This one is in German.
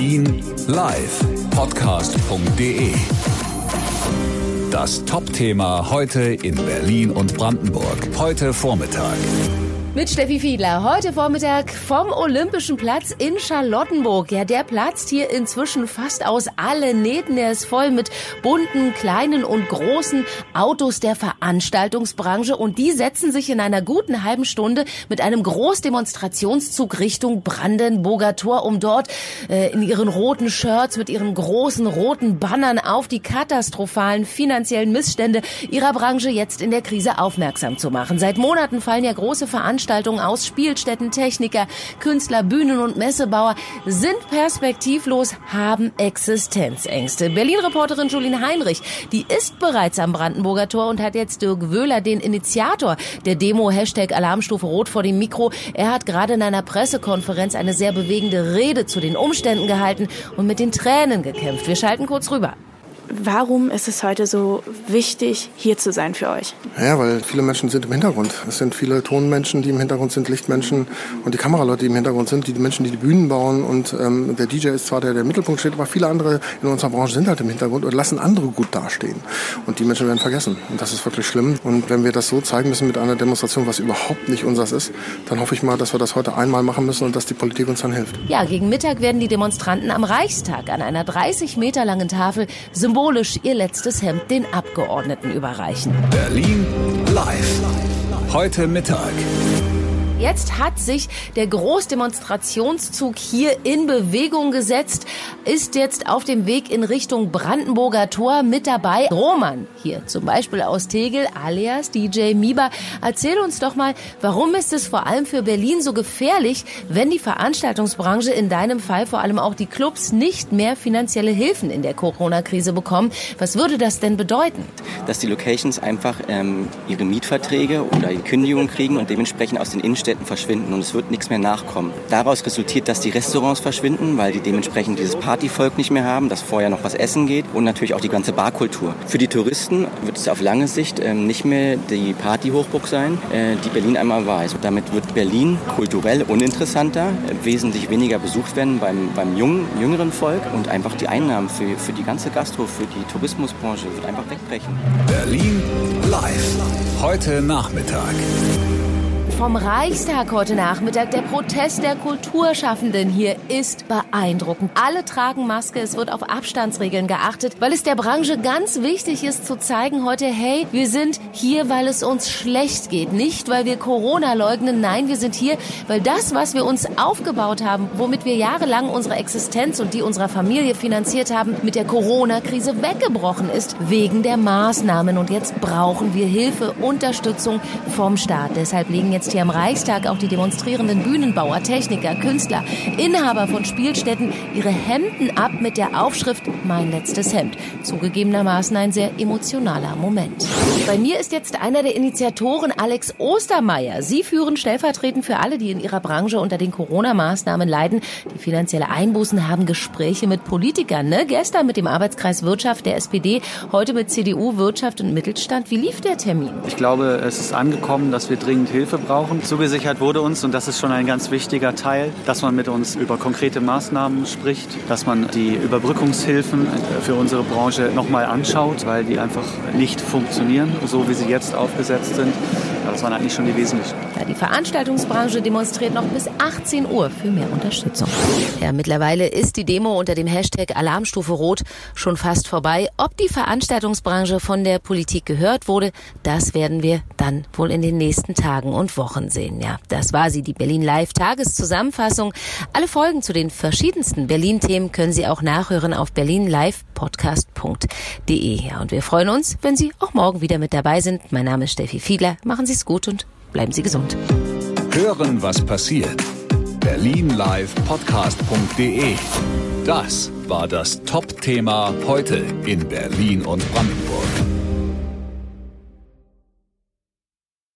Berlin live podcast.de. Das Top-Thema heute in Berlin und Brandenburg. Heute Vormittag. Mit Steffi Fiedler. Heute Vormittag vom Olympischen Platz in Charlottenburg. Ja, der platzt hier inzwischen fast aus allen Nähten. Er ist voll mit bunten, kleinen und großen Autos der Veranstaltungsbranche. Und die setzen sich in einer guten halben Stunde mit einem Großdemonstrationszug Richtung Brandenburger Tor, um dort in ihren roten Shirts mit ihren großen roten Bannern auf die katastrophalen finanziellen Missstände ihrer Branche jetzt in der Krise aufmerksam zu machen. Seit Monaten fallen ja große Veranstaltungen aus. Spielstätten, Techniker, Künstler, Bühnen- und Messebauer sind perspektivlos, haben Existenzängste. Berlin-Reporterin Julien Heinrich, die ist bereits am Brandenburger Tor und hat jetzt Dirk Wöhler, den Initiator der Demo #Alarmstufe Rot, vor dem Mikro. Er hat gerade in einer Pressekonferenz eine sehr bewegende Rede zu den Umständen gehalten und mit den Tränen gekämpft. Wir schalten kurz rüber. Warum ist es heute so wichtig, hier zu sein für euch? Ja, weil viele Menschen sind im Hintergrund. Es sind viele Tonmenschen, die im Hintergrund sind, Lichtmenschen und die Kameraleute, die im Hintergrund sind, die Menschen, die die Bühnen bauen. Und der DJ ist zwar der im Mittelpunkt steht, aber viele andere in unserer Branche sind halt im Hintergrund und lassen andere gut dastehen. Und die Menschen werden vergessen. Und das ist wirklich schlimm. Und wenn wir das so zeigen müssen mit einer Demonstration, was überhaupt nicht unseres ist, dann hoffe ich mal, dass wir das heute einmal machen müssen und dass die Politik uns dann hilft. Ja, gegen Mittag werden die Demonstranten am Reichstag an einer 30 Meter langen Tafel symbolisch ihr letztes Hemd den Abgeordneten überreichen. Berlin live. Heute Mittag. Jetzt hat sich der Großdemonstrationszug hier in Bewegung gesetzt, ist jetzt auf dem Weg in Richtung Brandenburger Tor. Mit dabei Roman, hier zum Beispiel aus Tegel, alias DJ Miba. Erzähl uns doch mal, warum ist es vor allem für Berlin so gefährlich, wenn die Veranstaltungsbranche, in deinem Fall vor allem auch die Clubs, nicht mehr finanzielle Hilfen in der Corona-Krise bekommen? Was würde das denn bedeuten? Dass die Locations einfach ihre Mietverträge oder die Kündigung kriegen und dementsprechend aus den Innenstädten verschwinden und es wird nichts mehr nachkommen. Daraus resultiert, dass die Restaurants verschwinden, weil die dementsprechend dieses Partyvolk nicht mehr haben, dass vorher noch was essen geht und natürlich auch die ganze Barkultur. Für die Touristen wird es auf lange Sicht nicht mehr die Partyhochburg sein, die Berlin einmal war. Also damit wird Berlin kulturell uninteressanter, wesentlich weniger besucht werden beim jüngeren Volk und einfach die Einnahmen für die ganze Gastro, für die Tourismusbranche wird einfach wegbrechen. Berlin live. Heute Nachmittag. Vom Reichstag heute Nachmittag. Der Protest der Kulturschaffenden hier ist beeindruckend. Alle tragen Maske, es wird auf Abstandsregeln geachtet, weil es der Branche ganz wichtig ist zu zeigen heute, hey, wir sind hier, weil es uns schlecht geht. Nicht, weil wir Corona leugnen, nein, wir sind hier, weil das, was wir uns aufgebaut haben, womit wir jahrelang unsere Existenz und die unserer Familie finanziert haben, mit der Corona-Krise weggebrochen ist, wegen der Maßnahmen. Und jetzt brauchen wir Hilfe, Unterstützung vom Staat. Deshalb legen jetzt hier am Reichstag auch die demonstrierenden Bühnenbauer, Techniker, Künstler, Inhaber von Spielstätten ihre Hemden ab mit der Aufschrift "Mein letztes Hemd". Zugegebenermaßen ein sehr emotionaler Moment. Bei mir ist jetzt einer der Initiatoren, Alex Ostermeier. Sie führen stellvertretend für alle, die in ihrer Branche unter den Corona-Maßnahmen leiden, die finanzielle Einbußen haben, Gespräche mit Politikern. Ne? Gestern mit dem Arbeitskreis Wirtschaft der SPD, heute mit CDU, Wirtschaft und Mittelstand. Wie lief der Termin? Ich glaube, es ist angekommen, dass wir dringend Hilfe brauchen. Zugesichert wurde uns, und das ist schon ein ganz wichtiger Teil, dass man mit uns über konkrete Maßnahmen spricht, dass man die Überbrückungshilfen für unsere Branche nochmal anschaut, weil die einfach nicht funktionieren, so wie sie jetzt aufgesetzt sind. Das waren eigentlich schon die wesentlichen. Ja, die Veranstaltungsbranche demonstriert noch bis 18 Uhr für mehr Unterstützung. Ja, mittlerweile ist die Demo unter dem #Alarmstufe Rot schon fast vorbei. Ob die Veranstaltungsbranche von der Politik gehört wurde, das werden wir dann wohl in den nächsten Tagen und Wochen sehen. Ja, das war sie, die Berlin Live Tageszusammenfassung. Alle Folgen zu den verschiedensten Berlin-Themen können Sie auch nachhören auf berlinlivepodcast.de. Ja, und wir freuen uns, wenn Sie auch morgen wieder mit dabei sind. Mein Name ist Steffi Fiedler. Machen Sie es gut und bleiben Sie gesund. Hören, was passiert. berlinlivepodcast.de. Das war das Top-Thema heute in Berlin und Brandenburg.